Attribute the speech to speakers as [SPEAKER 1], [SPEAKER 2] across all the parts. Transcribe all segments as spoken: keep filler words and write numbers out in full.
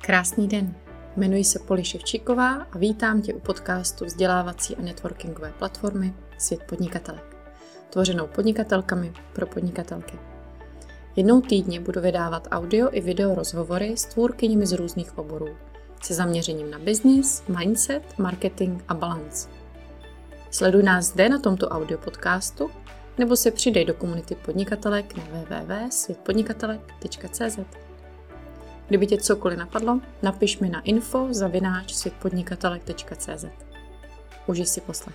[SPEAKER 1] Krásný den, jmenuji se Poli Ševčíková a vítám tě u podcastu vzdělávací a networkingové platformy Svět podnikatelek, tvořenou podnikatelkami pro podnikatelky. Jednou týdně budu vydávat audio i video rozhovory s tvůrkyněmi z různých oborů, se zaměřením na business, mindset, marketing a balance. Sleduj nás zde na tomto audio podcastu nebo se přidej do komunity podnikatelek na w w w tečka svět podnikatelek tečka c z. Kdyby tě cokoliv napadlo, napiš mi na info zavináč svět podnikatelek tečka c z. Užij si poslech.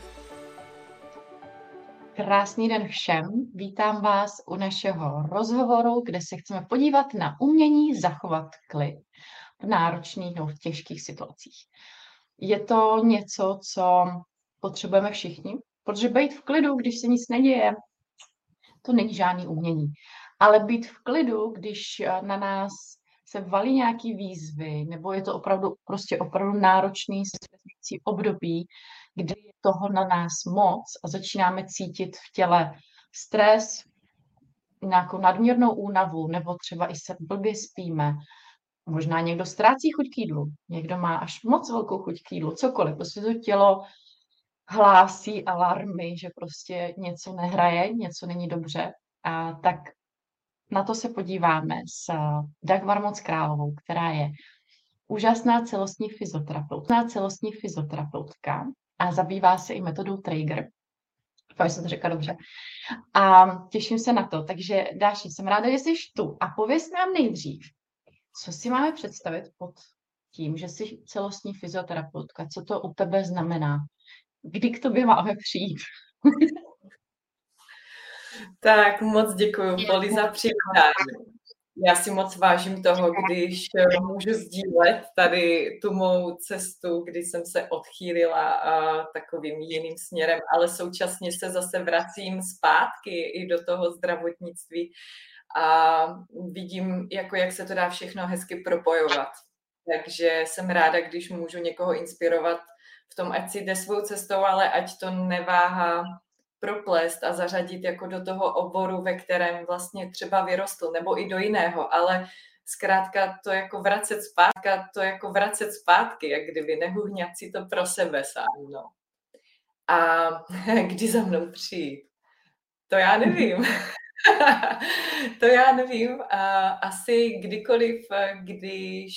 [SPEAKER 1] Krásný den všem, vítám vás u našeho rozhovoru, kde se chceme podívat na umění zachovat klid v náročných nebo v těžkých situacích. Je to něco, co potřebujeme všichni, protože být v klidu, když se nic neděje, to není žádný umění. Ale být v klidu, když na nás se valí nějaký výzvy, nebo je to opravdu prostě opravdu náročný stresující období, kdy je toho na nás moc a začínáme cítit v těle stres, nějakou nadměrnou únavu, nebo třeba i se blbě spíme. Možná někdo ztrácí chuť k jídlu, někdo má až moc velkou chuť k jídlu, cokoliv. Prostě to tělo hlásí alarmy, že prostě něco nehraje, něco není dobře. A tak na to se podíváme s Dagmar Moc Královou, která je úžasná celostní fyzioterapeutka, celostní fyzioterapeutka a zabývá se i metodou Traeger. Doufám, že jsem to řekla dobře. A těším se na to. Takže Dáši, jsem ráda, že jsi tu. A pověz nám nejdřív, co si máme představit pod tím, že jsi celostní fyzioterapeutka. Co to u tebe znamená? Kdy k tobě máme přijít?
[SPEAKER 2] Tak moc děkuji, Poli, za přivítání. Já si moc vážím toho, když můžu sdílet tady tu mou cestu, kdy jsem se odchýlila a, takovým jiným směrem, ale současně se zase vracím zpátky i do toho zdravotnictví a vidím, jako jak se to dá všechno hezky propojovat. Takže jsem ráda, když můžu někoho inspirovat v tom, ať si jde svou cestou, ale ať to neváhá proplést a zařadit jako do toho oboru, ve kterém vlastně třeba vyrostl, nebo i do jiného, ale zkrátka to jako vracet zpátky, to jako vracet zpátky, jak kdyby nehuhňat si to pro sebe sám, no. A kdy za mnou přijít? To já nevím. To já nevím. A asi kdykoliv, když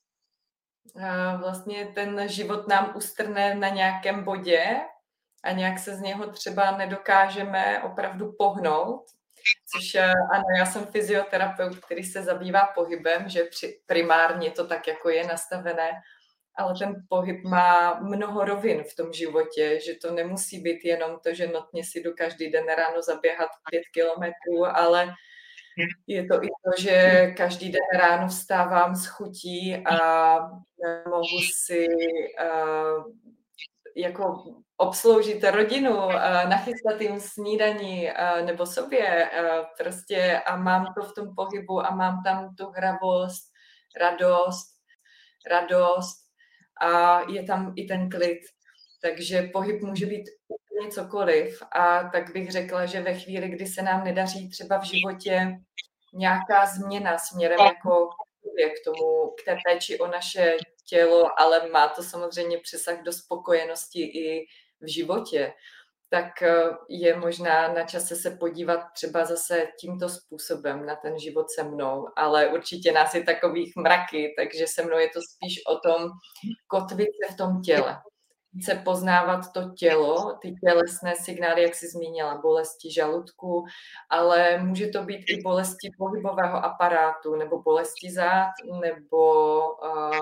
[SPEAKER 2] vlastně ten život nám ustrne na nějakém bodě, a nějak se z něho třeba nedokážeme opravdu pohnout, což ano, já jsem fyzioterapeut, který se zabývá pohybem, že primárně to tak jako je nastavené, ale ten pohyb má mnoho rovin v tom životě, že to nemusí být jenom to, že notně si jdu každý den ráno zaběhat pět kilometrů, ale je to i to, že každý den ráno vstávám s chutí a mohu si uh, jako obsloužit rodinu, nachystat jim snídaní nebo sobě prostě a mám to v tom pohybu a mám tam tu hravost, radost, radost a je tam i ten klid. Takže pohyb může být úplně cokoliv a tak bych řekla, že ve chvíli, kdy se nám nedaří třeba v životě nějaká změna směrem jako k tomu, k té péči o naše tělo, ale má to samozřejmě přesah do spokojenosti i v životě, tak je možná na čase se podívat třeba zase tímto způsobem na ten život se mnou, ale určitě nás je takových mraky, takže se mnou je to spíš o tom kotvit se v tom těle. Se poznávat to tělo, ty tělesné signály, jak jsi zmínila, bolesti žaludku, ale může to být i bolesti pohybového aparátu, nebo bolesti zád, nebo uh,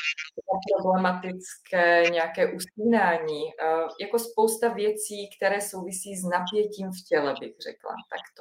[SPEAKER 2] problematické nějaké usínání, uh, jako spousta věcí, které souvisí s napětím v těle, bych řekla, takto.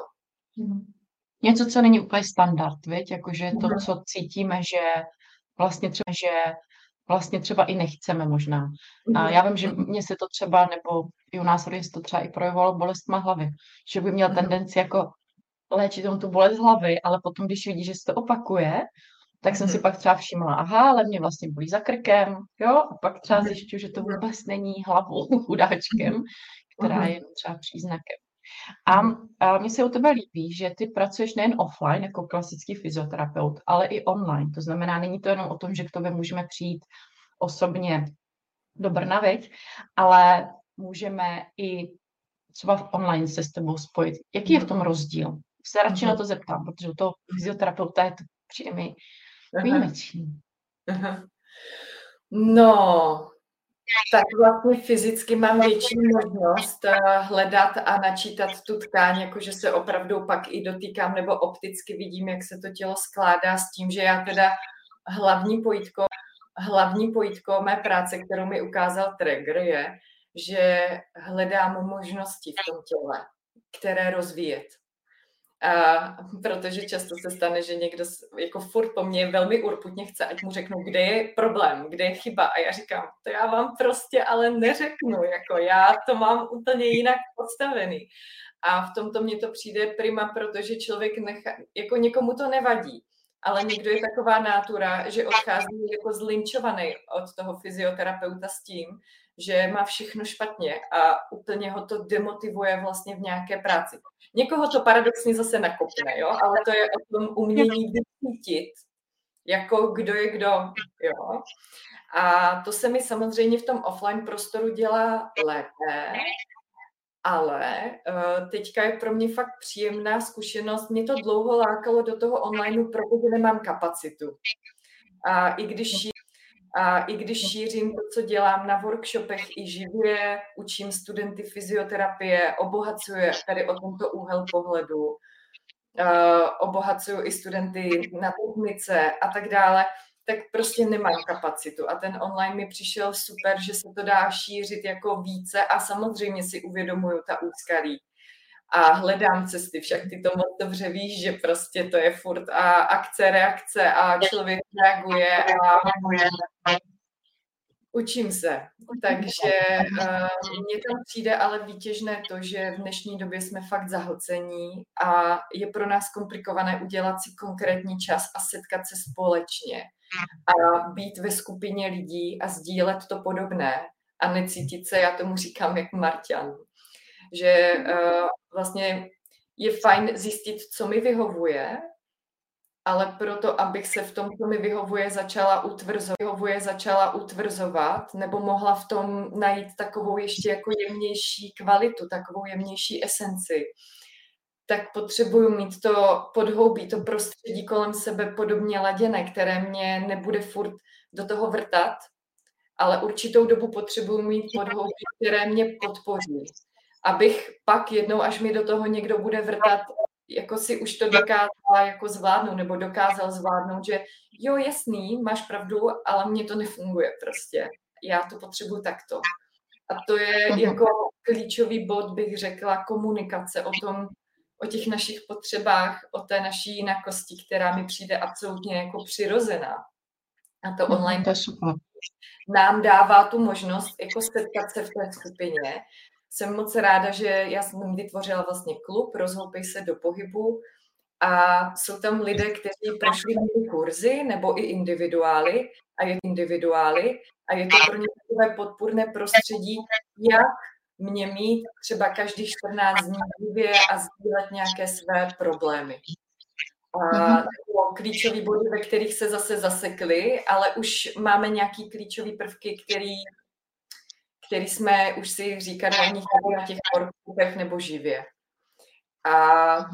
[SPEAKER 1] Něco, co není úplně standard, viď? Jakože to, co cítíme, že vlastně třeba, že vlastně třeba i nechceme možná. A já vím, že mně se to třeba, nebo i u nás se to třeba i projevovalo bolestma hlavy. Že by měl tendenci jako léčit tu bolest hlavy, ale potom, když vidí, že se to opakuje, tak jsem si pak třeba všimla, aha, ale mě vlastně bolí za krkem, jo, a pak třeba zjišťuju, že to vůbec není hlavou chudáčkem, která je třeba příznakem. A, a mně se u tebe líbí, že ty pracuješ nejen offline jako klasický fyzioterapeut, ale i online. To znamená, není to jenom o tom, že k tobě můžeme přijít osobně do Brna, viď? Ale můžeme i třeba v online se s tebou spojit. Jaký je v tom rozdíl? Se radši na to zeptám, protože u toho fyzioterapeuta je to přijde mi výjimečný.
[SPEAKER 2] No, tak vlastně fyzicky mám větší možnost hledat a načítat tu tkáň, jakože se opravdu pak i dotýkám nebo opticky vidím, jak se to tělo skládá s tím, že já teda hlavní pojítko, hlavní pojítko mé práce, kterou mi ukázal Traeger, je, že hledám možnosti v tom těle, které rozvíjet. A protože často se stane, že někdo jako furt po mně velmi urputně chce, ať mu řeknu, kde je problém, kde je chyba. A já říkám, to já vám prostě ale neřeknu, jako já to mám úplně jinak postavený. A v tomto mně to přijde prima, protože člověk nechá, jako někomu to nevadí, ale někdo je taková nátura, že odchází jako zlinčovaný od toho fyzioterapeuta s tím, že má všechno špatně a úplně ho to demotivuje vlastně v nějaké práci. Někoho to paradoxně zase nakopne, jo? Ale to je o tom umění vycítit, jako kdo je kdo. Jo? A to se mi samozřejmě v tom offline prostoru dělá lépe, ale uh, teďka je pro mě fakt příjemná zkušenost. Mě to dlouho lákalo do toho onlineu, protože nemám kapacitu. A i když A i když šířím to, co dělám na workshopech i živě, učím studenty fyzioterapie, obohacuje tady o tomto úhel pohledu, uh, obohacuju i studenty na technice a tak dále, tak prostě nemám kapacitu. A ten online mi přišel super, že se to dá šířit jako více a samozřejmě si uvědomuju ta úskalí. A hledám cesty, však ty to moc dobře víš, že prostě to je furt a akce, reakce a člověk reaguje a učím se. Takže uh, mně tam přijde ale výtěžné to, že v dnešní době jsme fakt zahlcení a je pro nás komplikované udělat si konkrétní čas a setkat se společně a být ve skupině lidí a sdílet to podobné a necítit se, já tomu říkám, jak Marťan. Že uh, vlastně je fajn zjistit, co mi vyhovuje, ale proto, abych se v tom, co mi vyhovuje, začala utvrzovat, vyhovuje, začala utvrzovat, nebo mohla v tom najít takovou ještě jako jemnější kvalitu, takovou jemnější esenci, tak potřebuju mít to podhoubí, to prostředí kolem sebe podobně laděné, které mě nebude furt do toho vrtat, ale určitou dobu potřebuju mít podhoubí, které mě podpoří. Abych pak jednou, až mi do toho někdo bude vrtat, jako si už to dokázala jako zvládnout, nebo dokázal zvládnout, že jo, jasný, máš pravdu, ale mně to nefunguje prostě. Já to potřebuji takto. A to je jako klíčový bod, bych řekla, komunikace o tom, o těch našich potřebách, o té naší jinakosti, která mi přijde absolutně jako přirozená. A to online
[SPEAKER 1] to je super.
[SPEAKER 2] Nám dává tu možnost jako setkat se v té skupině. Jsem moc ráda, že já jsem vytvořila vlastně klub Rozhoupej se do pohybu a jsou tam lidé, kteří prošli kurzy nebo i individuály a je individuály a je to pro ně takové podpůrné prostředí, jak mě mít třeba každých čtrnáct dní živě a sdílet nějaké své problémy. A klíčové body, ve kterých se zase zasekli, ale už máme nějaký klíčový prvky, který který jsme už si říkali o nich na těch workshopech nebo živě. A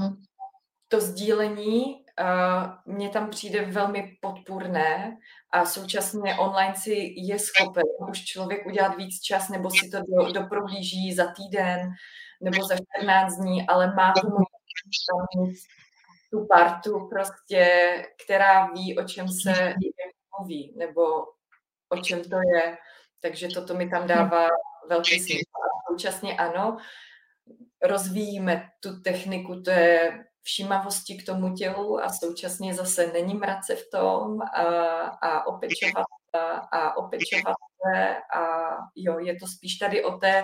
[SPEAKER 2] to sdílení uh, mně tam přijde velmi podpůrné a současně online si je schopen už člověk udělat víc čas nebo si to do, doprohlíží za týden nebo za čtrnáct dní, ale má tu možnost tu partu prostě, která ví, o čem se mluví nebo o čem to je. Takže toto mi tam dává velký smysl. A současně ano, rozvíjíme tu techniku té všímavosti k tomu tělu a současně zase není mrace v tom a, a opečovat a, a opečovat se a jo, je to spíš tady o té,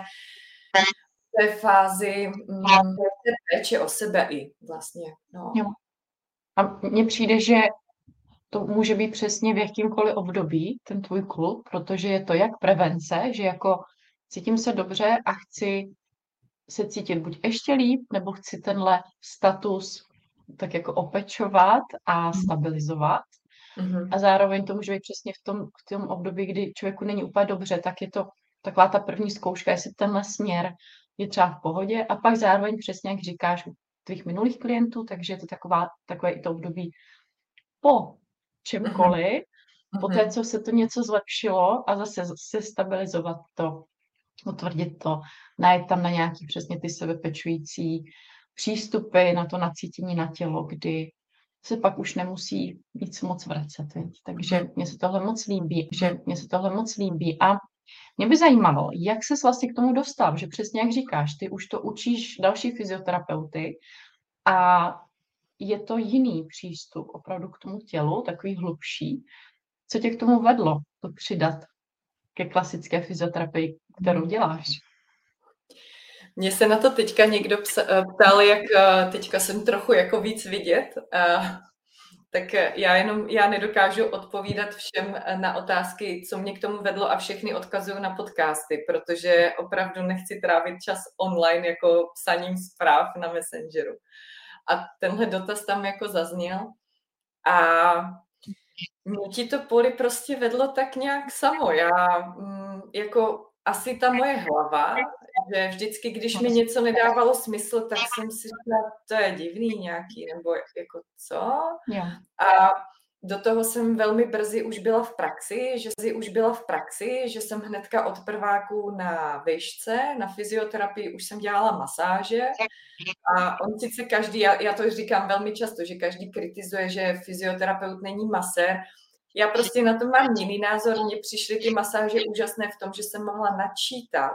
[SPEAKER 2] té fázi m, té péče o sebe i vlastně. No.
[SPEAKER 1] Jo. A mně přijde, že to může být přesně v jakýmkoliv období, ten tvůj klub, protože je to jak prevence, že jako cítím se dobře a chci se cítit buď ještě líp, nebo chci tenhle status tak jako opečovat a stabilizovat.
[SPEAKER 2] Mm-hmm.
[SPEAKER 1] A zároveň to může být přesně v tom, v tom období, kdy člověku není úplně dobře, tak je to taková ta první zkouška, jestli tenhle směr je třeba v pohodě. A pak zároveň přesně, jak říkáš, u tvých minulých klientů, takže je to taková, takové i to období po čemkoliv,
[SPEAKER 2] Mm-hmm.
[SPEAKER 1] po té, co se to něco zlepšilo a zase se stabilizovat to, utvrdit to, najít tam na nějaký přesně ty sebepečující přístupy na to nacítění na tělo, kdy se pak už nemusí nic moc vracet. Viď? Takže mně se tohle moc líbí, že mně se tohle moc líbí. A mě by zajímalo, jak ses vlastně k tomu dostal, že přesně jak říkáš, ty už to učíš další fyzioterapeuty a je to jiný přístup opravdu k tomu tělu, takový hlubší. Co tě k tomu vedlo, to přidat ke klasické fyzioterapii, kterou děláš?
[SPEAKER 2] Mně se na to teďka někdo ptal, jak teďka jsem trochu jako víc vidět, tak já jenom, já nedokážu odpovídat všem na otázky, co mě k tomu vedlo a všechny odkazuju na podcasty, protože opravdu nechci trávit čas online jako psaním zpráv na Messengeru. A tenhle dotaz tam jako zazněl a mě ti to poli prostě vedlo tak nějak samo. Já jako asi ta moje hlava, že vždycky, když mi něco nedávalo smysl, tak jsem si říkala, to je divný nějaký, nebo jako co?
[SPEAKER 1] Yeah.
[SPEAKER 2] A do toho jsem velmi brzy už byla v praxi, že už byla v praxi, že jsem hnedka od prváku na výšce, na fyzioterapii už jsem dělala masáže a on sice každý, já, já to říkám velmi často, že každý kritizuje, že fyzioterapeut není masér. Já prostě na to mám jiný názor. Mně přišly ty masáže úžasné v tom, že jsem mohla načítat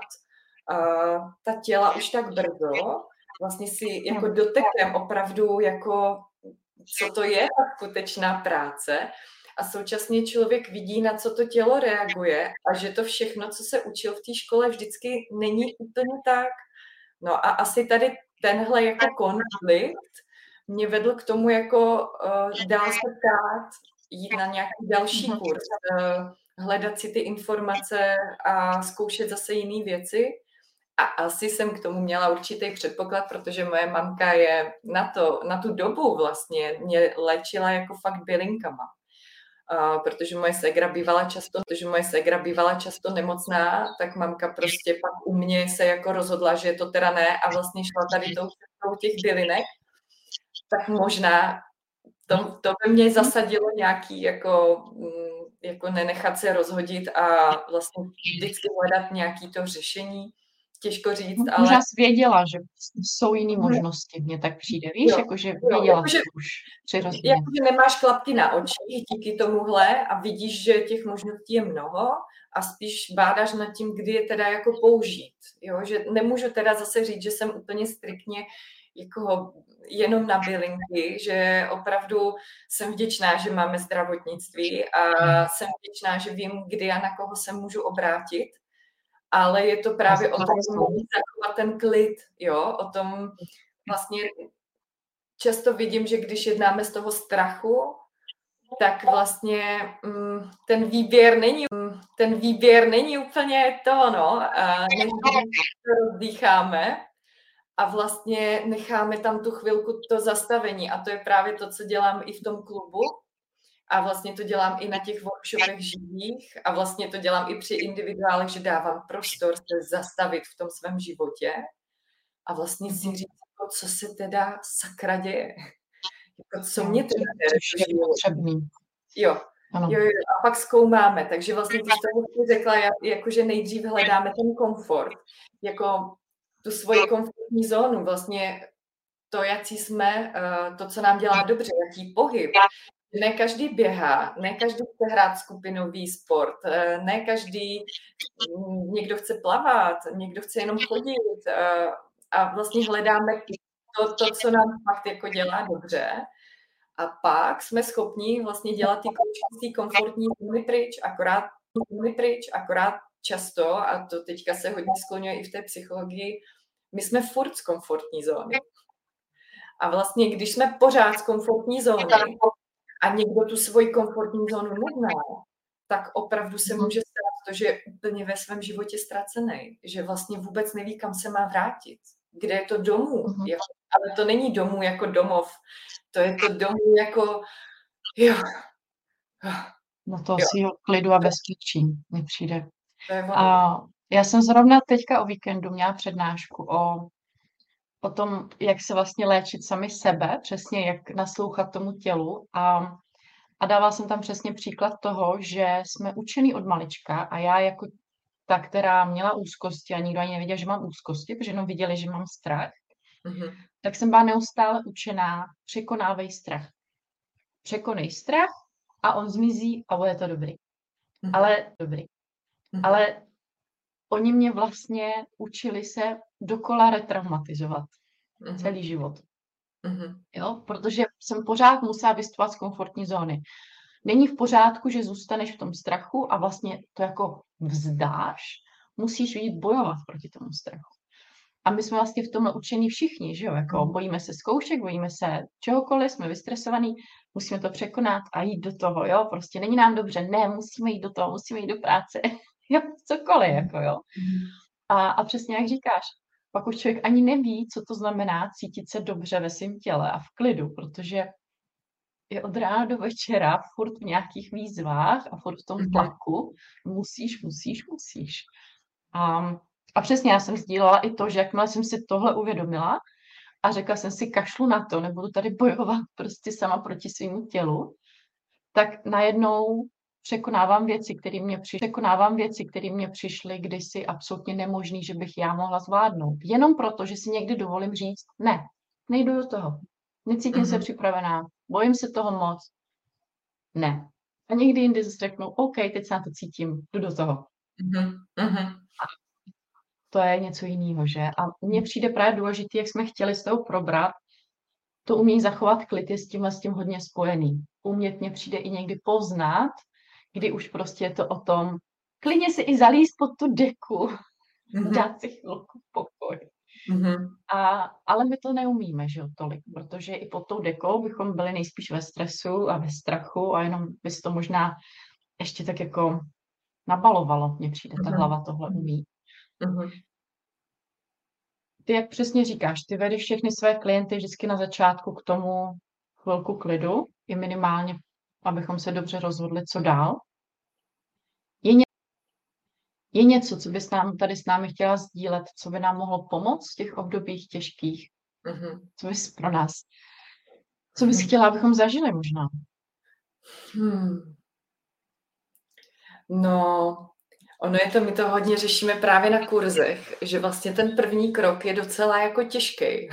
[SPEAKER 2] uh, ta těla už tak brzo, vlastně si jako dotekem opravdu jako co to je ta skutečná práce a současně člověk vidí, na co to tělo reaguje a že to všechno, co se učil v té škole, vždycky není úplně tak. No a asi tady tenhle jako konflikt mě vedl k tomu jako uh, dál se ptát, jít na nějaký další kurz, uh, hledat si ty informace a zkoušet zase jiné věci. A asi jsem k tomu měla určitý předpoklad, protože moje mamka je na, to, na tu dobu vlastně mě léčila jako fakt bylinkama. Uh, protože moje ségra bývala často, protože moje ségra bývala často nemocná, tak mamka prostě pak u mě se jako rozhodla, že to teda ne a vlastně šla tady tou cestou těch bylinek. Tak možná to, to by mě zasadilo nějaký jako, jako nenechat se rozhodit a vlastně vždycky hledat nějaký to řešení. Těžko říct,
[SPEAKER 1] Možná
[SPEAKER 2] ale...
[SPEAKER 1] Možná jsi věděla, že jsou jiné možnosti, mně tak přijde, víš, jakože věděla
[SPEAKER 2] jako,
[SPEAKER 1] jsi už přirozeně.
[SPEAKER 2] Jakože nemáš klapky na očích díky tomuhle a vidíš, že těch možností je mnoho a spíš bádáš nad tím, kdy je teda jako použít. Jo? Že nemůžu teda zase říct, že jsem úplně striktně jako jenom na bylinky, že opravdu jsem vděčná, že máme zdravotnictví a jsem vděčná, že vím, kdy a na koho se můžu obrátit. Ale je to právě o tom zachovat ten klid, jo, o tom vlastně často vidím, že když jednáme z toho strachu, tak vlastně mm, ten výběr není, mm, ten výběr není úplně to, no, a než to rozdýcháme a vlastně necháme tam tu chvilku to zastavení a to je právě to, co dělám i v tom klubu. A vlastně to dělám i na těch workshopech živých a vlastně to dělám i při individuálech, že dávám prostor se zastavit v tom svém životě a vlastně si říct, co se teda sakra děje. Jako, co mě teda
[SPEAKER 1] je potřebný.
[SPEAKER 2] Jo. Jo, jo, a pak zkoumáme. Takže vlastně to, co jsi řekla, jakože nejdřív hledáme ten komfort, jako tu svoji komfortní zónu, vlastně to, jaký jsme, to, co nám dělá dobře, jaký pohyb. Ne každý běhá, ne každý chce hrát skupinový sport, ne každý, někdo chce plavat, někdo chce jenom chodit a vlastně hledáme to, to co nám fakt jako dělá dobře a pak jsme schopni vlastně dělat ty koučky komfortní zóny pryč, akorát, pryč, akorát často, a to teďka se hodně skloňuje i v té psychologii, my jsme furt z komfortní zóny. A vlastně, když jsme pořád z komfortní zóny, a někdo tu svoji komfortní zónu nezná, tak opravdu se může stát to, že je úplně ve svém životě ztracený, že vlastně vůbec neví, kam se má vrátit. kde je to domů.
[SPEAKER 1] Mhm.
[SPEAKER 2] Jo? Ale to není domů jako domov, to je to domů jako, jo.
[SPEAKER 1] No to
[SPEAKER 2] Jo.
[SPEAKER 1] si klidu a bezpečí mi přijde.
[SPEAKER 2] To je ono.
[SPEAKER 1] A já jsem zrovna teďka o víkendu měla přednášku o, o tom, jak se vlastně léčit sami sebe, přesně jak naslouchat tomu tělu. A, a dávala jsem tam přesně příklad toho, že jsme učený od malička a já jako ta, která měla úzkosti a nikdo ani nevěděl, že mám úzkosti, protože jenom viděli, že mám strach,
[SPEAKER 2] Mhm.
[SPEAKER 1] tak jsem byla neustále učená, překonávej strach. Překonej strach a on zmizí a bude to dobrý.
[SPEAKER 2] Mhm.
[SPEAKER 1] Ale dobrý.
[SPEAKER 2] Mhm.
[SPEAKER 1] Ale oni mě vlastně učili se dokola retraumatizovat
[SPEAKER 2] Mhm.
[SPEAKER 1] celý život.
[SPEAKER 2] Mhm.
[SPEAKER 1] Jo? Protože jsem pořád musela vystupovat z komfortní zóny. Není v pořádku, že zůstaneš v tom strachu a vlastně to jako vzdáš, musíš jít bojovat proti tomu strachu. A my jsme vlastně v tom učení všichni, že jo, jako bojíme se zkoušek, bojíme se čehokoliv, jsme vystresovaní, musíme to překonat a jít do toho, jo, prostě není nám dobře, ne, musíme jít do toho, musíme jít do práce, jo, cokoliv, jako jo. A, a přesně jak říkáš, pak už člověk ani neví, co to znamená cítit se dobře ve svém těle a v klidu, protože je od rána do večera furt v nějakých výzvách a furt v tom tlaku, musíš, musíš, musíš. A A přesně já jsem sdílela i to, že jakmile jsem si tohle uvědomila a řekla jsem si, kašlu na to, nebudu tady bojovat prostě sama proti svému tělu, tak najednou překonávám věci, které mě, při... překonávám věci, které mě přišly kdysi absolutně nemožný, že bych já mohla zvládnout. Jenom proto, že si někdy dovolím říct, ne, nejdu do toho. Necítím mm-hmm. se připravená, bojím se toho moc. Ne. A někdy jindy zase řeknu, OK, teď se na to cítím, jdu do toho.
[SPEAKER 2] Mm-hmm.
[SPEAKER 1] To je něco jiného, že? A mně přijde právě důležité, jak jsme chtěli s tou probrat, to umění zachovat klid je s tímhle s tím hodně spojený. Umět mě přijde i někdy poznat, kdy už prostě je to o tom, klidně si i zalíst pod tu deku, mm-hmm. dát si chvilku pokoj.
[SPEAKER 2] Mm-hmm.
[SPEAKER 1] A, ale my to neumíme, že jo, tolik, protože i pod tou dekou bychom byli nejspíš ve stresu a ve strachu a jenom by se to možná ještě tak jako nabalovalo, mně přijde, ta hlava tohle umí.
[SPEAKER 2] Mm-hmm.
[SPEAKER 1] Ty, jak přesně říkáš, ty vedeš všechny své klienty vždycky na začátku k tomu chvilku klidu, i minimálně, abychom se dobře rozhodli, co dál. Je, ně... je něco, co bys nám tady s námi chtěla sdílet, co by nám mohlo pomoct v těch obdobích těžkých?
[SPEAKER 2] Mm-hmm.
[SPEAKER 1] Co bys pro nás? Co bys chtěla, abychom zažili možná?
[SPEAKER 2] Hmm. No, ono je to, my to hodně řešíme právě na kurzech, že vlastně ten první krok je docela jako těžký.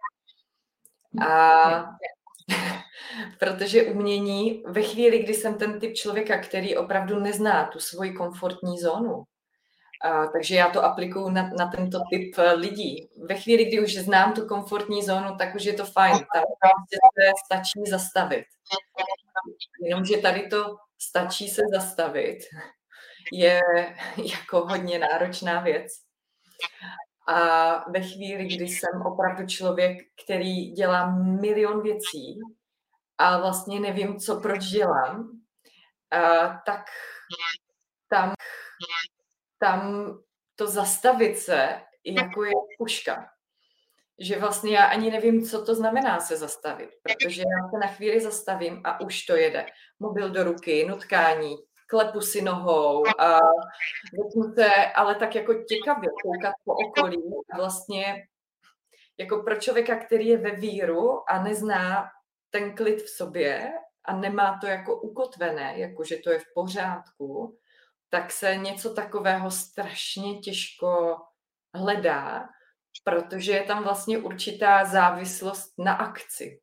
[SPEAKER 2] A protože umění, ve chvíli, kdy jsem ten typ člověka, který opravdu nezná tu svoji komfortní zónu, a, takže já to aplikuju na, na tento typ lidí. Ve chvíli, kdy už znám tu komfortní zónu, tak už je to fajn. Tam se stačí zastavit. Jenomže tady to stačí se zastavit je jako hodně náročná věc. A ve chvíli, kdy jsem opravdu člověk, který dělá milion věcí a vlastně nevím, co proč dělám, a tak tam, tam to zastavit se jako je puška. Že vlastně já ani nevím, co to znamená se zastavit, protože já se na chvíli zastavím a už to jede. Mobil do ruky, nutkání, klepu si nohou a začnu se ale tak jako těkavě koukat po okolí a vlastně jako pro člověka, který je ve víru a nezná ten klid v sobě a nemá to jako ukotvené, jako že to je v pořádku, tak se něco takového strašně těžko hledá, protože je tam vlastně určitá závislost na akci.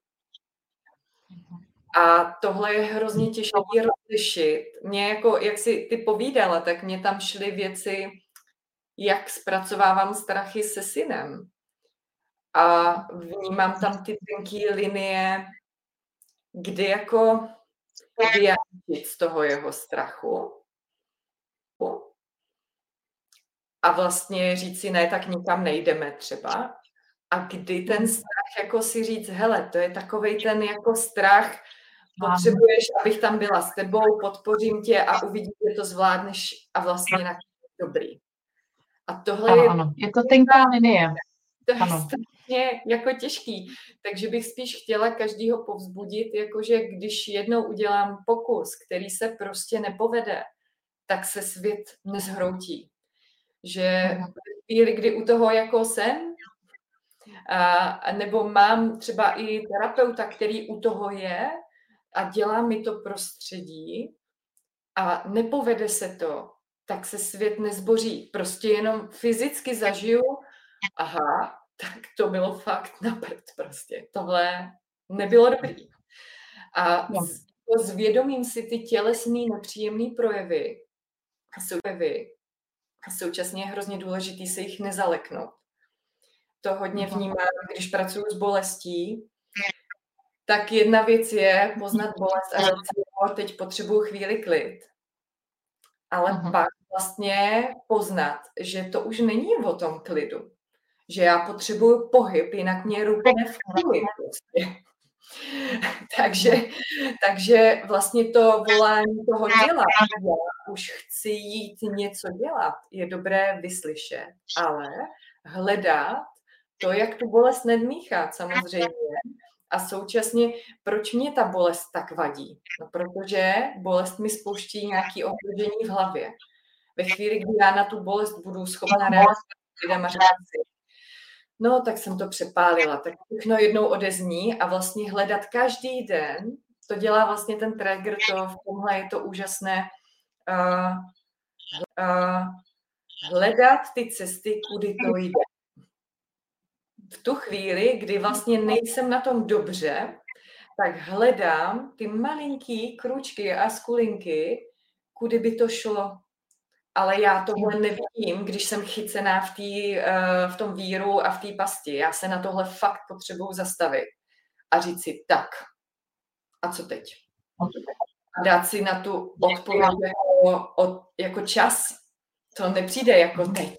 [SPEAKER 2] A tohle je hrozně těžké rozlišit. Mě jako, jak jsi ty povídala, tak mě tam šly věci, jak zpracovávám strachy se synem. A vnímám tam ty tenké linie, kdy jako vyjádřit z toho jeho strachu a vlastně říct si, ne, tak nikam nejdeme třeba. A kdy ten strach, jako si říct, hele, to je takovej ten jako strach, potřebuješ, abych tam byla s tebou, podpořím tě a uvidíš, že to zvládneš a vlastně na dobrý. A tohle
[SPEAKER 1] ano,
[SPEAKER 2] je...
[SPEAKER 1] ano, je to tenká linie.
[SPEAKER 2] to je
[SPEAKER 1] Ano.
[SPEAKER 2] strašně jako těžký. Takže bych spíš chtěla každýho povzbudit, jakože když jednou udělám pokus, který se prostě nepovede, tak se svět nezhroutí. Že
[SPEAKER 1] Mhm.
[SPEAKER 2] v chvíli, kdy u toho jako jsem, a, nebo mám třeba i terapeuta, který u toho je a dělá mi to prostředí a nepovede se to, tak se svět nezboří. Prostě jenom fyzicky zažiju, aha, tak to bylo fakt na prd prostě. Tohle nebylo dobrý. A
[SPEAKER 1] No.
[SPEAKER 2] s, zvědomím si ty tělesný nepříjemný projevy, jsou projevy, a současně je hrozně důležitý se jich nezaleknout. To hodně vnímám, když pracuji s bolestí, tak jedna věc je poznat bolest a říct si, no, teď potřebuju chvíli klid. Ale
[SPEAKER 1] Mhm.
[SPEAKER 2] pak vlastně poznat, že to už není o tom klidu. Že já potřebuju pohyb, jinak mě rupne v kůli prostě. takže, takže vlastně to volání toho těla, já už chci jít něco dělat, je dobré vyslyšet, ale hledat to, jak tu bolest nedmíchat samozřejmě. A současně, proč mě ta bolest tak vadí? No, protože bolest mi spouští nějaké ohrožení v hlavě. Ve chvíli, kdy já na tu bolest budu schopna reagovat lidem a říct si, no, tak jsem to přepálila, tak všechno jednou odezní a vlastně hledat každý den, to dělá vlastně ten trigger, to v tomhle je to úžasné, uh, uh, hledat ty cesty, kudy to jde. V tu chvíli, kdy vlastně nejsem na tom dobře, tak hledám ty malinký kručky a skulinky, kudy by to šlo. Ale já tohle nevidím, když jsem chycená v, tý, uh, v tom víru a v té pasti. Já se na tohle fakt potřebuju zastavit a říct si tak. A co teď? A dát si na tu odpověď jako, od, jako čas. To nepřijde jako teď.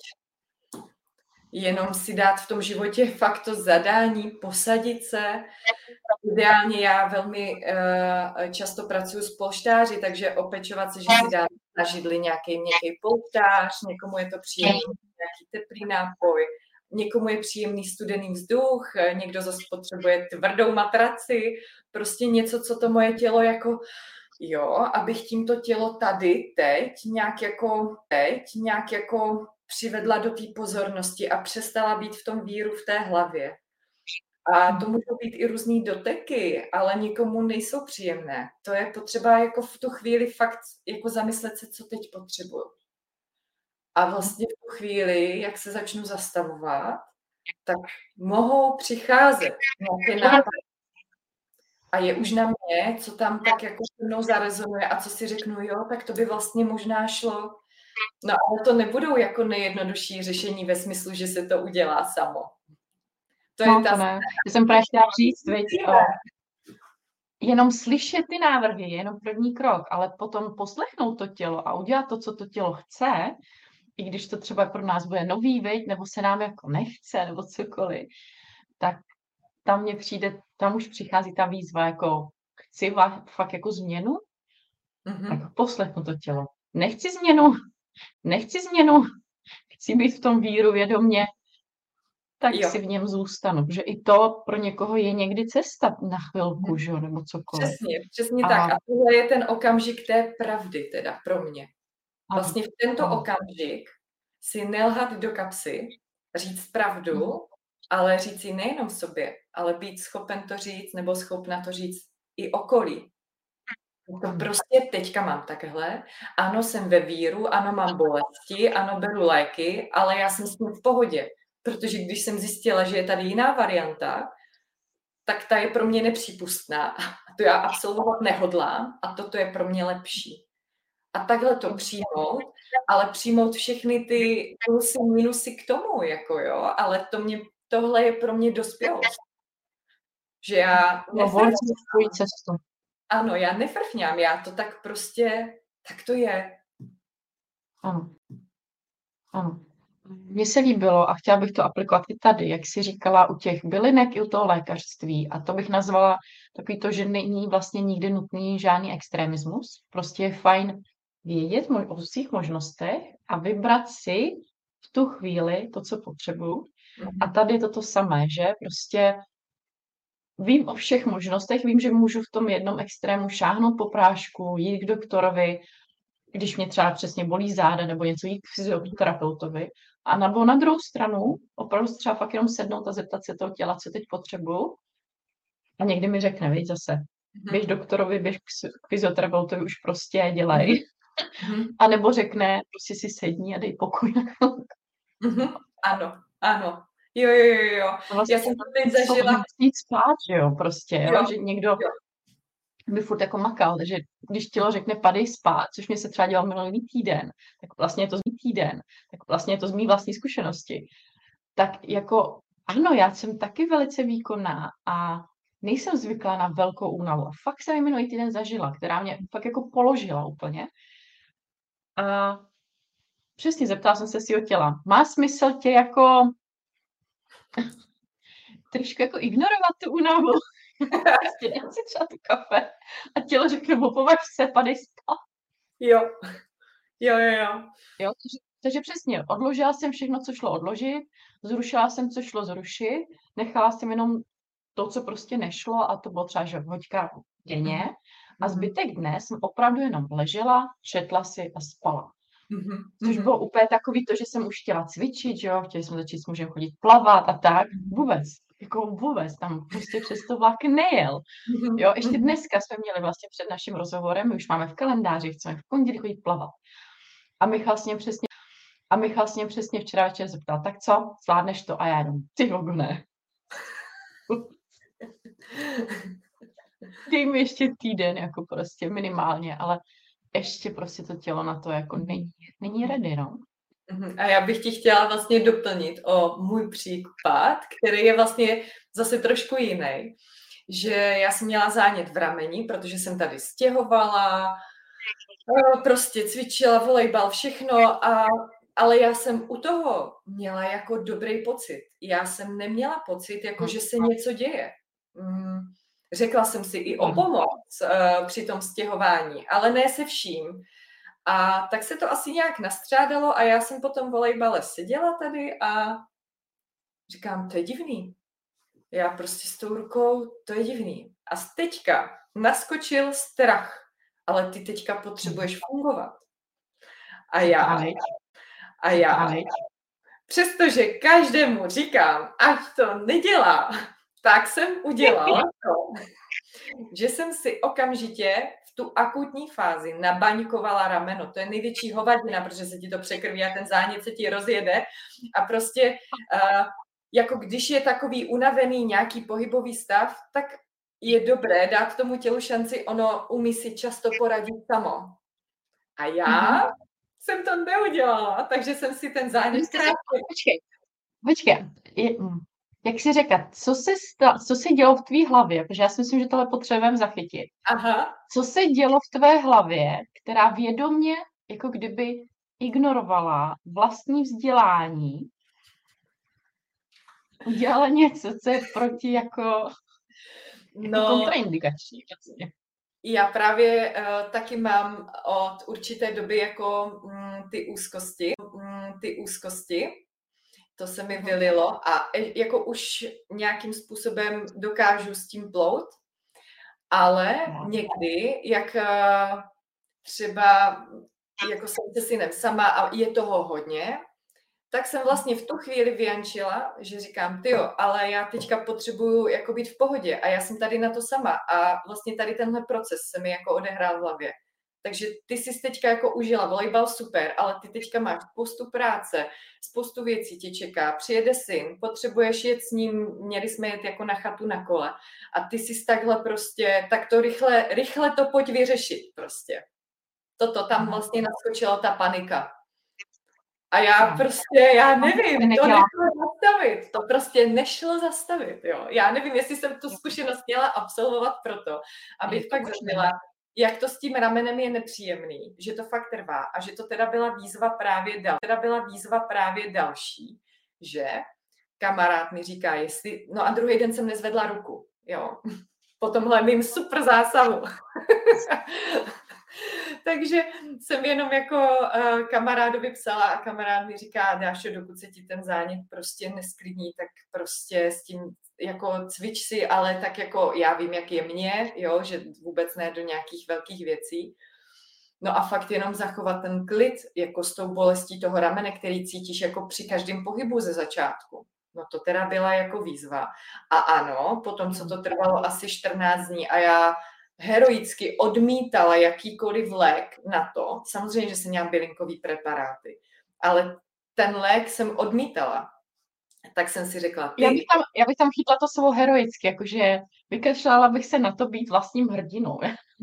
[SPEAKER 2] Jenom si dát v tom životě fakt to zadání, posadit se. Ideálně já velmi uh, často pracuji s polštáři, takže opečovat se, že si dá na židli nějaký měkký polštář, někomu je to příjemný nějaký teplý nápoj, někomu je příjemný studený vzduch, někdo zase potřebuje tvrdou matraci, prostě něco, co to moje tělo jako, jo, abych tímto tělo tady, teď, nějak jako, teď, nějak jako přivedla do té pozornosti a přestala být v tom víru v té hlavě. A to můžou být i různý doteky, ale nikomu nejsou příjemné. To je potřeba jako v tu chvíli fakt jako zamyslet se, co teď potřebuju. A vlastně v tu chvíli, jak se začnu zastavovat, tak mohou přicházet nějaké nápady. A je už na mě, co tam tak jako se mnou zarezonuje a co si řeknu, jo, tak to by vlastně možná šlo. No ale to nebudou jako nejjednodušší řešení ve smyslu, že se to udělá samo.
[SPEAKER 1] To je no, ta... to ne. Já jsem právě chtěla říct, veď, o, jenom slyšet ty návrhy je jenom první krok, ale potom poslechnout to tělo a udělat to, co to tělo chce, i když to třeba pro nás bude nový, veď, nebo se nám jako nechce, nebo cokoliv, tak tam mě přijde, tam už přichází ta výzva, jako chci fakt jako změnu, mm-hmm. tak poslechnu to tělo. Nechci změnu, nechci změnu, chci být v tom víru vědomě, tak jo. si v něm zůstanu. Že i to pro někoho je někdy cesta na chvilku, hmm. že, nebo cokoliv.
[SPEAKER 2] Přesně, přesně a... tak. A tohle je ten okamžik té pravdy teda pro mě. Vlastně v tento a... okamžik si nelhat do kapsy, říct pravdu, hmm. ale říct si nejenom sobě, ale být schopen to říct nebo schopna to říct i okolí. To prostě teďka mám takhle, ano, jsem ve víru, ano, mám bolesti, ano, beru léky, ale já jsem s tím v pohodě. Protože když jsem zjistila, že je tady jiná varianta, tak ta je pro mě nepřípustná. A to já absolvovat nehodlám a toto je pro mě lepší. A takhle to přijmout, ale přijmout všechny ty plusy, minusy k tomu, jako jo, ale to mě, tohle je pro mě dospělost. Že já
[SPEAKER 1] nefrfňám. cestu.
[SPEAKER 2] Ano, já nefrfňám, já to tak prostě, tak to je.
[SPEAKER 1] Ano. Ano. Mně se líbilo a chtěla bych to aplikovat i tady, jak jsi říkala, u těch bylinek i u toho lékařství. A to bych nazvala takový to, že není vlastně nikdy nutný žádný extremismus. Prostě je fajn vědět o svých možnostech a vybrat si v tu chvíli to, co potřebuju. A tady je to to samé, že prostě vím o všech možnostech, vím, že můžu v tom jednom extrému šáhnout po prášku, jít k doktorovi, když mě třeba přesně bolí záda nebo něco, jít k fyzioterapeutovi. A nebo na druhou stranu opravdu třeba fakt jenom sednout a zeptat se toho těla, co teď potřebuju. A někdy mi řekne, víš, zase, běž doktorovi, běž k fyzioterapeutovi, už prostě dělej.
[SPEAKER 2] Mm-hmm.
[SPEAKER 1] A nebo řekne, prostě si sedni a dej pokoj na chvilku.
[SPEAKER 2] Mm-hmm. Ano, ano. Jo, jo, jo, jo.
[SPEAKER 1] Vlastně
[SPEAKER 2] Já jsem to teď zažila.
[SPEAKER 1] Jít spát, že jo, prostě, jo?
[SPEAKER 2] Jo,
[SPEAKER 1] že někdo
[SPEAKER 2] jo.
[SPEAKER 1] by furt jako makal, že když tělo řekne padej spát, což mě se třeba dělal minulý týden, tak vlastně je to z mý týden, tak vlastně je to z mý vlastní zkušenosti. Tak jako ano, já jsem taky velice výkonná a nejsem zvyklá na velkou únavu. A fakt jsem ji minulý týden zažila, která mě fakt jako položila úplně. A přesně zeptala jsem se svého těla. Má smysl tě jako trošku jako ignorovat tu únavu? Prostě dát si třeba tu kafe a tělo řekne, považ se, padej spát.
[SPEAKER 2] Jo, jo, jo, jo.
[SPEAKER 1] jo takže, takže přesně, odložila jsem všechno, co šlo odložit, zrušila jsem, co šlo zrušit, nechala jsem jenom to, co prostě nešlo, a to bylo třeba, že hoďka denně. A zbytek dne jsem opravdu jenom ležela, četla si a spala.
[SPEAKER 2] Mm-hmm.
[SPEAKER 1] Což bylo úplně takový to, že jsem už chtěla cvičit, že jo, chtěli jsme začít s mužem chodit plavat a tak. Vůbec, jako vůbec, tam prostě přes to vlak nejel. Jo, ještě dneska jsme měli vlastně před naším rozhovorem, my už máme v kalendáři, chceme v pondělí chodit plavat. A Michal s ním přesně, a Michal s ním přesně včera večer zeptal, tak co, zvládneš to? A já jenom, ty vogo, ne. Dej mi ještě týden, jako prostě minimálně, ale ještě prostě to tělo na to jako není, není ready, no.
[SPEAKER 2] A já bych ti chtěla vlastně doplnit o můj případ, který je vlastně zase trošku jiný. Že já jsem měla zánět v rameni, protože jsem tady stěhovala, prostě cvičila volejbal, všechno, a, ale já jsem u toho měla jako dobrý pocit. Já jsem neměla pocit, jako že se něco děje. Řekla jsem si i o pomoc uh, při tom stěhování, ale ne se vším. A tak se to asi nějak nastřádalo a já jsem po tom volejbale seděla tady a říkám, to je divný. Já prostě s tou rukou, to je divný. A teďka naskočil strach, ale ty teďka potřebuješ fungovat. A já, a já, přestože každému říkám, ať to nedělá, tak jsem udělala to, že jsem si okamžitě v tu akutní fázi nabaňkovala rameno. To je největší hovadina, protože se ti to překrví a ten zánět se ti rozjede. A prostě uh, jako když je takový unavený nějaký pohybový stav, tak je dobré dát tomu tělu šanci, ono umí si často poradit samo. A já mm-hmm. jsem to neudělala, takže jsem si ten zánět...
[SPEAKER 1] Počkej, počkej. Je, jak jsi řekla, co se, sta, co se dělo v tvý hlavě, protože já si myslím, že tohle potřebujeme zachytit.
[SPEAKER 2] Aha.
[SPEAKER 1] Co se dělo v tvé hlavě, která vědomě jako kdyby ignorovala vlastní vzdělání, udělala něco, co je proti jako,
[SPEAKER 2] no,
[SPEAKER 1] jako kontraindikační. Vlastně.
[SPEAKER 2] Já právě uh, taky mám od určité doby jako mm, ty úzkosti, mm, ty úzkosti. To se mi vylilo a jako už nějakým způsobem dokážu s tím plout, ale někdy, jak třeba jako jsem se synem sama a je toho hodně, tak jsem vlastně v tu chvíli vyjančila, že říkám, tyjo, ale já teďka potřebuju jako být v pohodě a já jsem tady na to sama a vlastně tady tenhle proces se mi jako odehrál v hlavě. Takže ty jsi teďka jako užila volejbal, super, ale ty teďka máš spoustu práce, spoustu věcí tě čeká, přijede syn, potřebuješ jet s ním, měli jsme jet jako na chatu na kole a ty jsi takhle prostě, tak to rychle, rychle to pojď vyřešit prostě. Toto tam vlastně naskočila ta panika. A já prostě, já nevím, to nešlo zastavit, to prostě nešlo zastavit, jo. Já nevím, jestli jsem tu zkušenost měla absolvovat proto, abych pak zažila, jak to s tím ramenem je nepříjemný, že to fakt trvá a že to teda byla výzva právě, dal, teda byla výzva právě další, že kamarád mi říká, jestli, no a druhý den jsem nezvedla ruku, jo, po tomhle mým super zásahu. Takže jsem jenom jako uh, kamarádovi psala a kamarád mi říká, Dášo, dokud se ti ten zánět prostě nesklidní, tak prostě s tím jako cvič si, ale tak jako já vím, jak je mě, jo, že vůbec ne do nějakých velkých věcí. No a fakt jenom zachovat ten klid, jako s tou bolestí toho ramene, který cítíš jako při každém pohybu ze začátku. No to teda byla jako výzva. A ano, potom, co to trvalo asi čtrnáct dní a já heroicky odmítala jakýkoliv lék na to, samozřejmě, že jsem měla bylinkový preparáty, ale ten lék jsem odmítala. Tak jsem si řekla, ty...
[SPEAKER 1] Já bych tam, já bych tam chytla to slovo heroicky, jakože vykašlala bych se na to být vlastním hrdinou.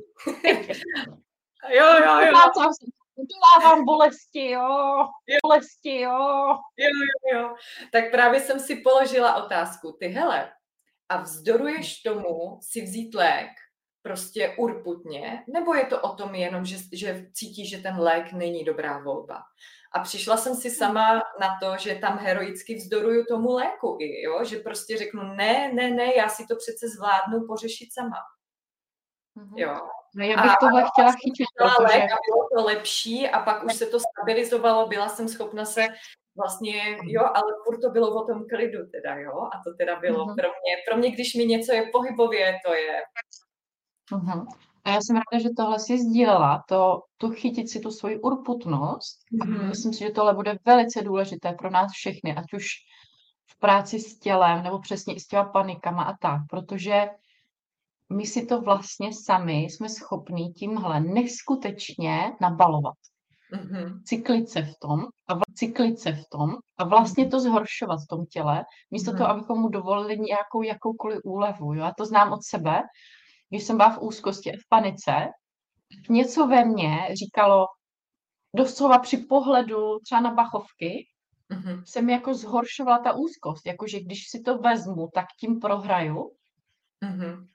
[SPEAKER 2] Jo, jo, jo.
[SPEAKER 1] Udělávám bolesti, jo. Bolesti, jo.
[SPEAKER 2] Jo, jo, jo. Tak právě jsem si položila otázku. Ty hele, a vzdoruješ tomu si vzít lék prostě urputně, nebo je to o tom jenom, že, že cítíš, že ten lék není dobrá volba? A přišla jsem si sama na to, že tam heroicky vzdoruju tomu léku i, jo? Že prostě řeknu, ne, ne, ne, já si to přece zvládnu pořešit sama.
[SPEAKER 1] Mm-hmm.
[SPEAKER 2] Jo.
[SPEAKER 1] No já bych tohle chtěla chytit,
[SPEAKER 2] protože... A bylo to lepší a pak už se to stabilizovalo, byla jsem schopna se vlastně, jo, ale furt to bylo o tom klidu teda, jo, a to teda bylo mm-hmm. pro mě, pro mě, když mi něco je pohybově, to je...
[SPEAKER 1] Mm-hmm. A já jsem ráda, že tohle si sdílela, to, tu chytit si tu svoji urputnost. Mm-hmm. Myslím si, že tohle bude velice důležité pro nás všechny, ať už v práci s tělem, nebo přesně i s těma panikama a tak, protože my si to vlastně sami jsme schopní tímhle neskutečně nabalovat. Mm-hmm. Cyklit se v tom a vl- cyklit se v tom a vlastně to zhoršovat v tom těle, místo mm-hmm. toho, abychom mu dovolili nějakou jakoukoliv úlevu. Jo? Já to znám od sebe, když jsem byla v úzkosti a v panice, něco ve mně říkalo, doslova při pohledu třeba na bachovky, mm-hmm. se mi jako zhoršovala ta úzkost, jakože když si to vezmu, tak tím prohraju. Mm-hmm.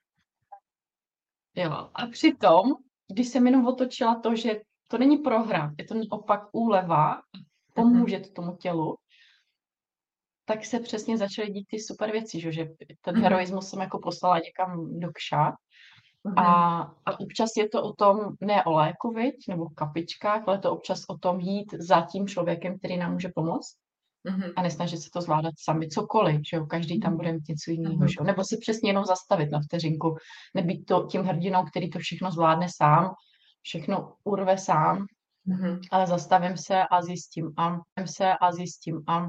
[SPEAKER 1] Jo. A přitom, když jsem jenom otočila to, že to není prohra, je to opak úleva, pomůže to tomu tělu, tak se přesně začaly dít ty super věci, že ten mm-hmm. heroismus jsem jako poslala někam do kša. Mm-hmm. A, a občas je to o tom, ne o léku, viď, nebo kapičkách, ale to občas o tom jít za tím člověkem, který nám může pomoct. Mm-hmm. A nesnažit se to zvládat sami, cokoliv, že jo, každý tam bude mít něco jiného, mm-hmm. že jo, nebo si přesně jenom zastavit na vteřinku, nebýt to tím hrdinou, který to všechno zvládne sám, všechno urve sám, mm-hmm. ale zastavím se a zjistím a se a zjistím a,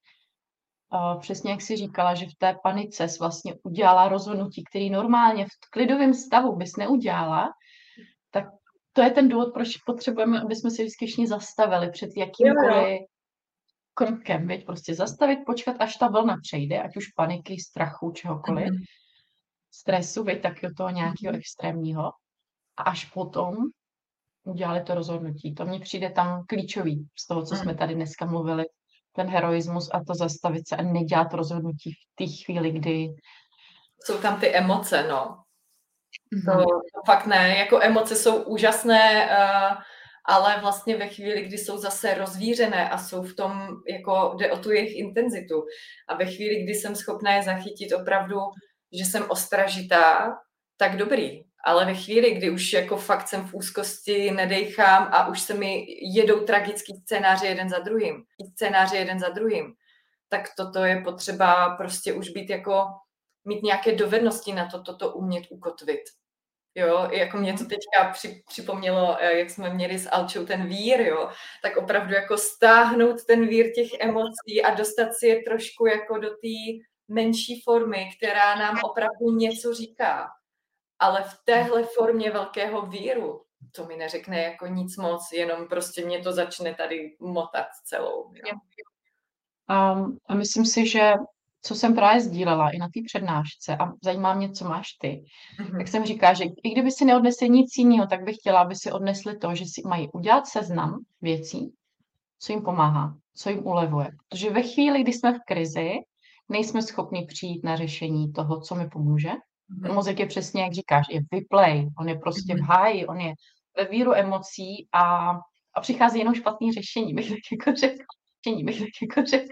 [SPEAKER 1] a přesně jak jsi říkala, že v té panice jsi vlastně udělala rozhodnutí, který normálně v klidovém stavu bys neudělala, tak to je ten důvod, proč potřebujeme, aby jsme se vždycky zastavili před jakýmkoliv krokem, věď, prostě zastavit, počkat, až ta vlna přejde, ať už paniky, strachu, čehokoliv, mm-hmm. stresu, věď, tak do toho nějakého mm-hmm. extrémního. A až potom udělali to rozhodnutí. To mně přijde tam klíčový z toho, co mm-hmm. jsme tady dneska mluvili, ten heroismus a to zastavit se a nedělat rozhodnutí v té chvíli, kdy...
[SPEAKER 2] Jsou tam ty emoce, no. Mm-hmm. To, to fakt ne, jako emoce jsou úžasné, uh... ale vlastně ve chvíli, kdy jsou zase rozvířené a jsou v tom, jako jde o tu jejich intenzitu. A ve chvíli, kdy jsem schopná je zachytit opravdu, že jsem ostražitá, tak dobrý. Ale ve chvíli, kdy už jako fakt jsem v úzkosti, nedejchám a už se mi jedou tragický scénáře jeden za druhým, scénáře jeden za druhým, tak toto je potřeba prostě už být jako, mít nějaké dovednosti na to, toto umět ukotvit. Jo, jako mě to teďka při, připomnělo, jak jsme měli s Alčou ten vír, jo, tak opravdu jako stáhnout ten vír těch emocí a dostat si je trošku jako do té menší formy, která nám opravdu něco říká. Ale v téhle formě velkého víru to mi neřekne jako nic moc, jenom prostě mě to začne tady motat celou. Jo.
[SPEAKER 1] Um, a myslím si, že co jsem právě sdílela i na té přednášce a zajímá mě, co máš ty, mm-hmm. tak jsem říká, že i kdyby si neodnesli nic jiného, tak bych chtěla, aby si odnesli to, že si mají udělat seznam věcí, co jim pomáhá, co jim ulevuje. Protože ve chvíli, kdy jsme v krizi, nejsme schopni přijít na řešení toho, co mi pomůže. Mm-hmm. Mozek je přesně, jak říkáš, je vyplej, on je prostě mm-hmm. v háji, on je ve víru emocí a, a přichází jenom špatný řešení, bych tak jako řekla. Řešení, bych tak jako řekla.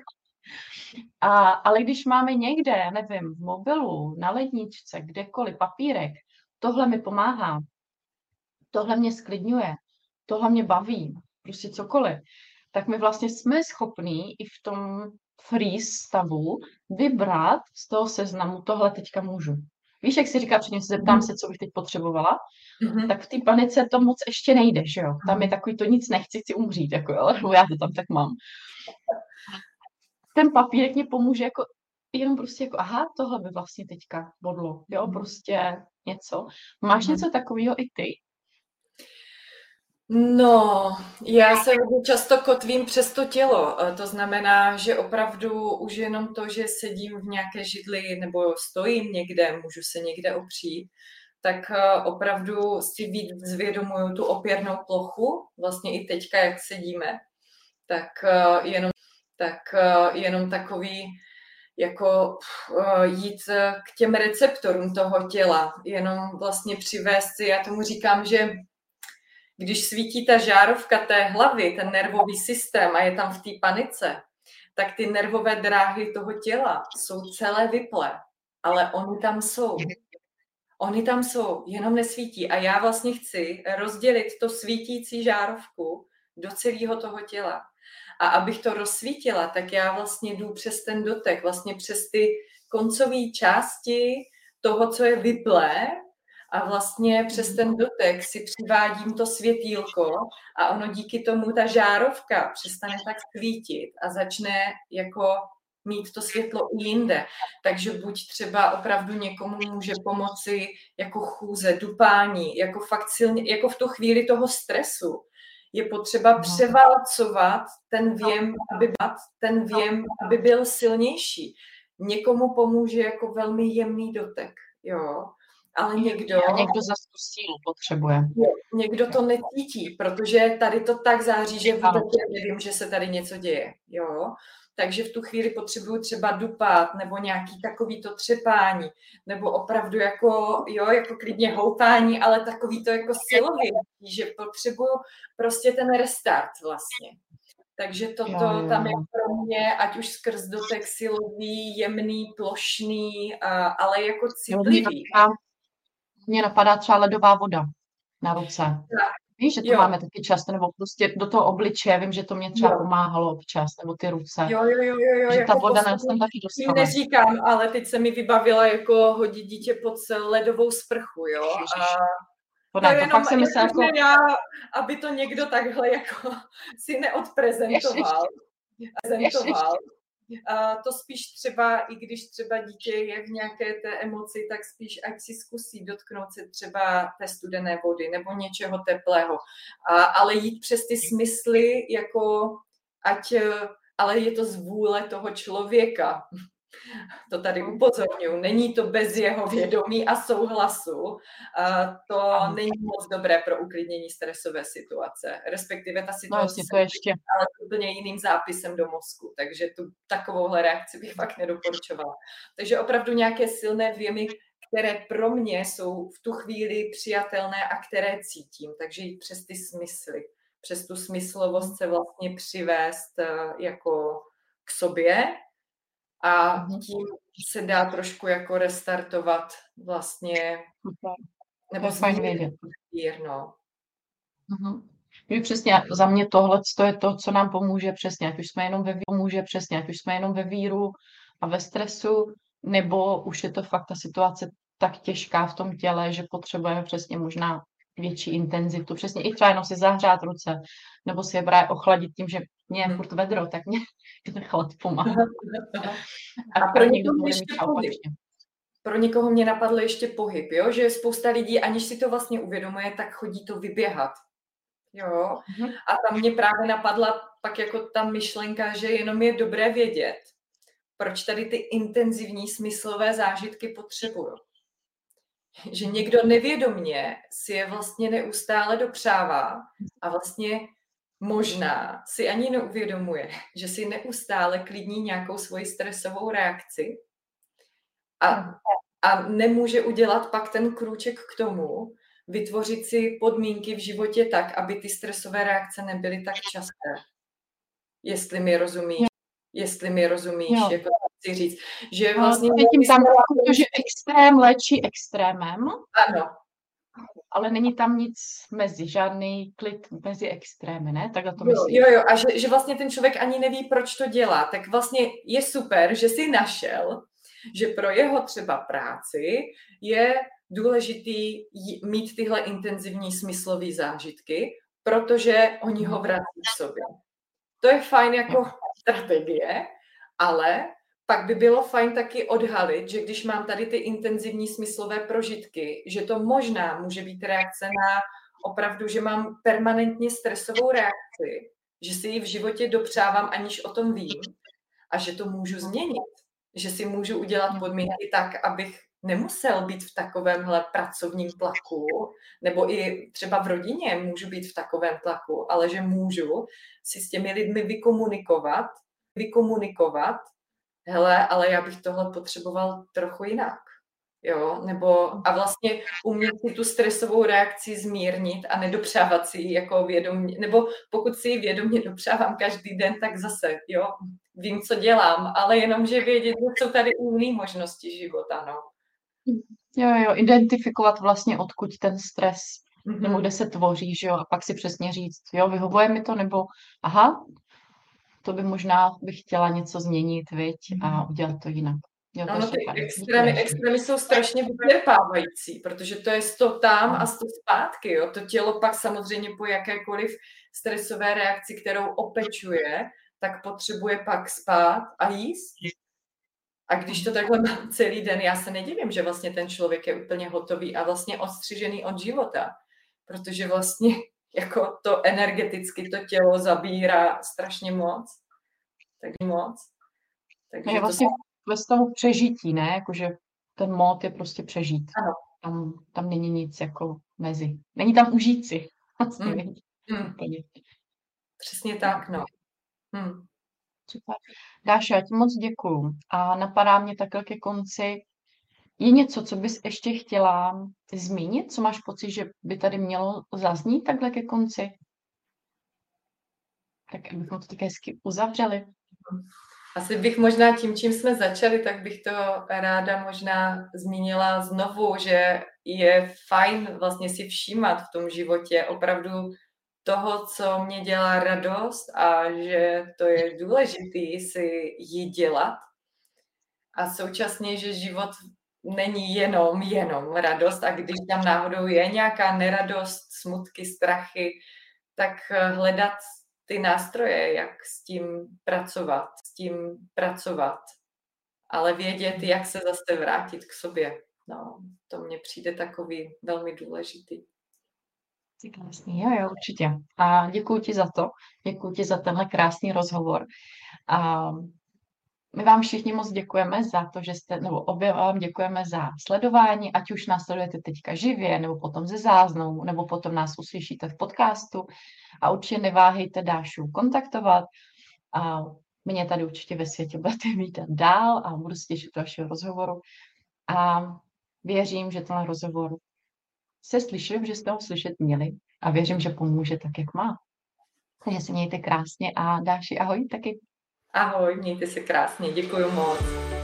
[SPEAKER 1] A, ale když máme někde, nevím, v mobilu, na ledničce, kdekoliv, papírek, tohle mi pomáhá, tohle mě sklidňuje, tohle mě baví, prostě cokoliv, tak my vlastně jsme schopní i v tom freeze stavu vybrat z toho seznamu, tohle teďka můžu. Víš, jak si říká, předtím se zeptám se, co bych teď potřebovala,
[SPEAKER 2] Mhm.
[SPEAKER 1] tak v té panice to moc ještě nejde, že jo? Tam je takový to nic nechci, chci umřít, jako jo, nebo já to tam tak mám. Ten papírek mě pomůže jako jenom prostě jako, aha, tohle by vlastně teďka bodlo, jo, prostě něco. Máš něco takového i ty?
[SPEAKER 2] No, já se hodně často kotvím přes to tělo. To znamená, že opravdu už jenom to, že sedím v nějaké židli nebo stojím někde, můžu se někde opřít, tak opravdu si víc zvědomuju tu opěrnou plochu, vlastně i teďka, jak sedíme, tak jenom, tak jenom takový jako jít k těm receptorům toho těla, jenom vlastně přivést si, já tomu říkám, že když svítí ta žárovka té hlavy, ten nervový systém a je tam v té panice, tak ty nervové dráhy toho těla jsou celé vyplé, ale oni tam jsou. Oni tam jsou, jenom nesvítí. A já vlastně chci rozdělit to svítící žárovku do celého toho těla. A abych to rozsvítila, tak já vlastně jdu přes ten dotek, vlastně přes ty koncové části toho, co je vyplé, a vlastně přes ten dotek si přivádím to světýlko a ono díky tomu ta žárovka přestane tak svítit a začne jako mít to světlo i jinde. Takže buď třeba opravdu někomu může pomoci jako chůze, dupání, jako fakt silně, jako v tu chvíli toho stresu. Je potřeba převálcovat ten věm, aby, ten věm, aby byl silnější. Někomu pomůže jako velmi jemný dotek, jo. Ale někdo...
[SPEAKER 1] A někdo zase tu sílu potřebuje.
[SPEAKER 2] Někdo to necítí, protože tady to tak září, že vůbec nevím, že se tady něco děje, jo. Takže v tu chvíli potřebuju třeba dupat, nebo nějaký takový to třepání, nebo opravdu jako, jo, jako klidně houpání, ale takový to jako silový, že potřebuju prostě ten restart vlastně. Takže toto jo, jo. tam je pro mě, ať už skrz dotek silový, jemný, plošný, a, ale jako citlivý.
[SPEAKER 1] Mně napadá třeba ledová voda na ruce.
[SPEAKER 2] Tak.
[SPEAKER 1] Víš, že to jo. máme taky často, nebo prostě do toho obličeje, vím, že to mě třeba jo. pomáhalo občas, nebo ty ruce.
[SPEAKER 2] Jo, jo, jo, jo.
[SPEAKER 1] Že
[SPEAKER 2] jako
[SPEAKER 1] ta voda nás tam taky dostala.
[SPEAKER 2] Neříkám, ale teď se mi vybavila jako hodit dítě pod ledovou sprchu, jo. A
[SPEAKER 1] to, ne, to jenom, fakt se mi jako...
[SPEAKER 2] já, aby to někdo takhle jako si neodprezentoval. Prezentoval. Uh, to spíš třeba, i když třeba dítě je v nějaké té emoci, tak spíš ať si zkusí dotknout se třeba té studené vody nebo něčeho teplého. Uh, ale jít přes ty smysly, jako ať, ale je to z vůle toho člověka. To tady upozorňuji, není to bez jeho vědomí a souhlasu. Uh, to není moc dobré pro uklidnění stresové situace. Respektive ta situace
[SPEAKER 1] no, to ještě.
[SPEAKER 2] ale úplně jiným zápisem do mozku. Takže tu takovouhle reakci bych fakt nedoporučovala. Takže opravdu nějaké silné věmy, které pro mě jsou v tu chvíli přijatelné a které cítím. Takže jít přes ty smysly. Přes tu smyslovost se vlastně přivést uh, jako k sobě. A tím se dá trošku jako restartovat vlastně, nebo
[SPEAKER 1] fajn vědět.
[SPEAKER 2] No.
[SPEAKER 1] Uh-huh. Přesně za mě tohle je to, co nám pomůže přesně, ať už jsme jenom ve víru, pomůže přesně, ať už jsme jenom ve víru a ve stresu, nebo už je to fakt ta situace tak těžká v tom těle, že potřebujeme přesně možná větší intenzitu. Přesně i třeba jenom si zahřát ruce, nebo si je právě ochladit tím, že mě je furt vedro, tak mě ten chlad pomáhá.
[SPEAKER 2] A, a pro někoho mě ještě pohyb. Pro někoho mě napadl ještě pohyb, jo? Že spousta lidí, aniž si to vlastně uvědomuje, tak chodí to vyběhat. Jo? Mm-hmm. A tam mě právě napadla pak jako ta myšlenka, že jenom je dobré vědět, proč tady ty intenzivní smyslové zážitky potřebuju. Že někdo nevědomně si je vlastně neustále dopřává a vlastně možná si ani neuvědomuje, že si neustále klidní nějakou svoji stresovou reakci a, a nemůže udělat pak ten krůček k tomu, vytvořit si podmínky v životě tak, aby ty stresové reakce nebyly tak časté. Jestli mi rozumíš, jestli mi rozumíš, jo. Jako chci říct, že vlastně...
[SPEAKER 1] Tím tam, že extrém léčí extrémem.
[SPEAKER 2] Ano.
[SPEAKER 1] Ale není tam nic mezi, žádný klid mezi extrémy, ne? Takhle to
[SPEAKER 2] Jo,
[SPEAKER 1] myslíš?
[SPEAKER 2] jo, jo, a že, že vlastně ten člověk ani neví, proč to dělá. Tak vlastně je super, že si našel, že pro jeho třeba práci je důležitý jí- mít tyhle intenzivní smyslové zážitky, protože oni ho vrací k sobě. To je fajn jako strategie, ale pak by bylo fajn taky odhalit, že když mám tady ty intenzivní smyslové prožitky, že to možná může být reakce na opravdu, že mám permanentně stresovou reakci, že si ji v životě dopřávám, aniž o tom vím, a že to můžu změnit. Že si můžu udělat podmínky tak, abych nemusel být v takovémhle pracovním tlaku, nebo i třeba v rodině můžu být v takovém tlaku, ale že můžu si s těmi lidmi vykomunikovat, vykomunikovat, hele, ale já bych tohle potřeboval trochu jinak. Jo, nebo a vlastně umět si tu stresovou reakci zmírnit a nedopřávat si ji jako vědomě, nebo pokud si ji vědomě dopřávám každý den, tak zase, jo, vím, co dělám, ale jenom, že vědět, že jsou tady jiné možnosti života, no.
[SPEAKER 1] Jo, jo, identifikovat vlastně, odkud ten stres,
[SPEAKER 2] Mm-hmm.
[SPEAKER 1] nebo kde se tvoří, že jo, a pak si přesně říct, jo, vyhovuje mi to, nebo aha, to by možná bych chtěla něco změnit, viď, a udělat to jinak. Jo, to
[SPEAKER 2] Ano,
[SPEAKER 1] je
[SPEAKER 2] ty
[SPEAKER 1] super.
[SPEAKER 2] extrémy, extrémy jsou strašně vyčerpávající, protože to je sto tam a sto zpátky. Jo. To tělo pak samozřejmě po jakékoliv stresové reakci, kterou opečuje, tak potřebuje pak spát a jíst. A když to takhle mám celý den, já se nedivím, že vlastně ten člověk je úplně hotový a vlastně odstřižený od života, protože vlastně jako to energeticky to tělo zabírá strašně moc. Takže moc. Takže
[SPEAKER 1] je vlastně
[SPEAKER 2] to...
[SPEAKER 1] ve stavu přežití, ne? Jakože ten mód je prostě přežít.
[SPEAKER 2] Ano.
[SPEAKER 1] Tam, tam není nic jako mezi. Není tam užít si. Vlastně,
[SPEAKER 2] Mm.
[SPEAKER 1] není.
[SPEAKER 2] Mm.
[SPEAKER 1] Úplně.
[SPEAKER 2] Přesně tak, no. Mm.
[SPEAKER 1] Super. Dáša, já ti moc děkuju. A napadá mě takhle ke konci, je něco, co bys ještě chtěla zmínit? Co máš pocit, že by tady mělo zaznít takhle ke konci? Tak abychom to také hezky uzavřeli.
[SPEAKER 2] Asi bych možná tím, čím jsme začali, tak bych to ráda možná zmínila znovu, že je fajn vlastně si všímat v tom životě opravdu toho, co mě dělá radost a že to je důležité si ji dělat. A současně, že život není jenom, jenom radost a když tam náhodou je nějaká neradost, smutky, strachy, tak hledat ty nástroje, jak s tím pracovat, s tím pracovat, ale vědět, jak se zase vrátit k sobě. No, to mně přijde takový velmi důležitý.
[SPEAKER 1] Krásný, jo, jo, určitě. A děkuji ti za to, děkuji ti za tenhle krásný rozhovor. A my vám všichni moc děkujeme za to, že jste, nebo obě vám děkujeme za sledování, ať už nás sledujete teďka živě, nebo potom ze záznamu, nebo potom nás uslyšíte v podcastu. A určitě neváhejte Dášu kontaktovat. A mě tady určitě ve světě budete vítat dál a budu se těšit do vašeho rozhovoru. A věřím, že tenhle rozhovor se slyšel, že jste ho slyšet měli a věřím, že pomůže tak, jak má. Takže se mějte krásně a Dáši, ahoj taky.
[SPEAKER 2] Ahoj, mějte se krásně, děkuji moc.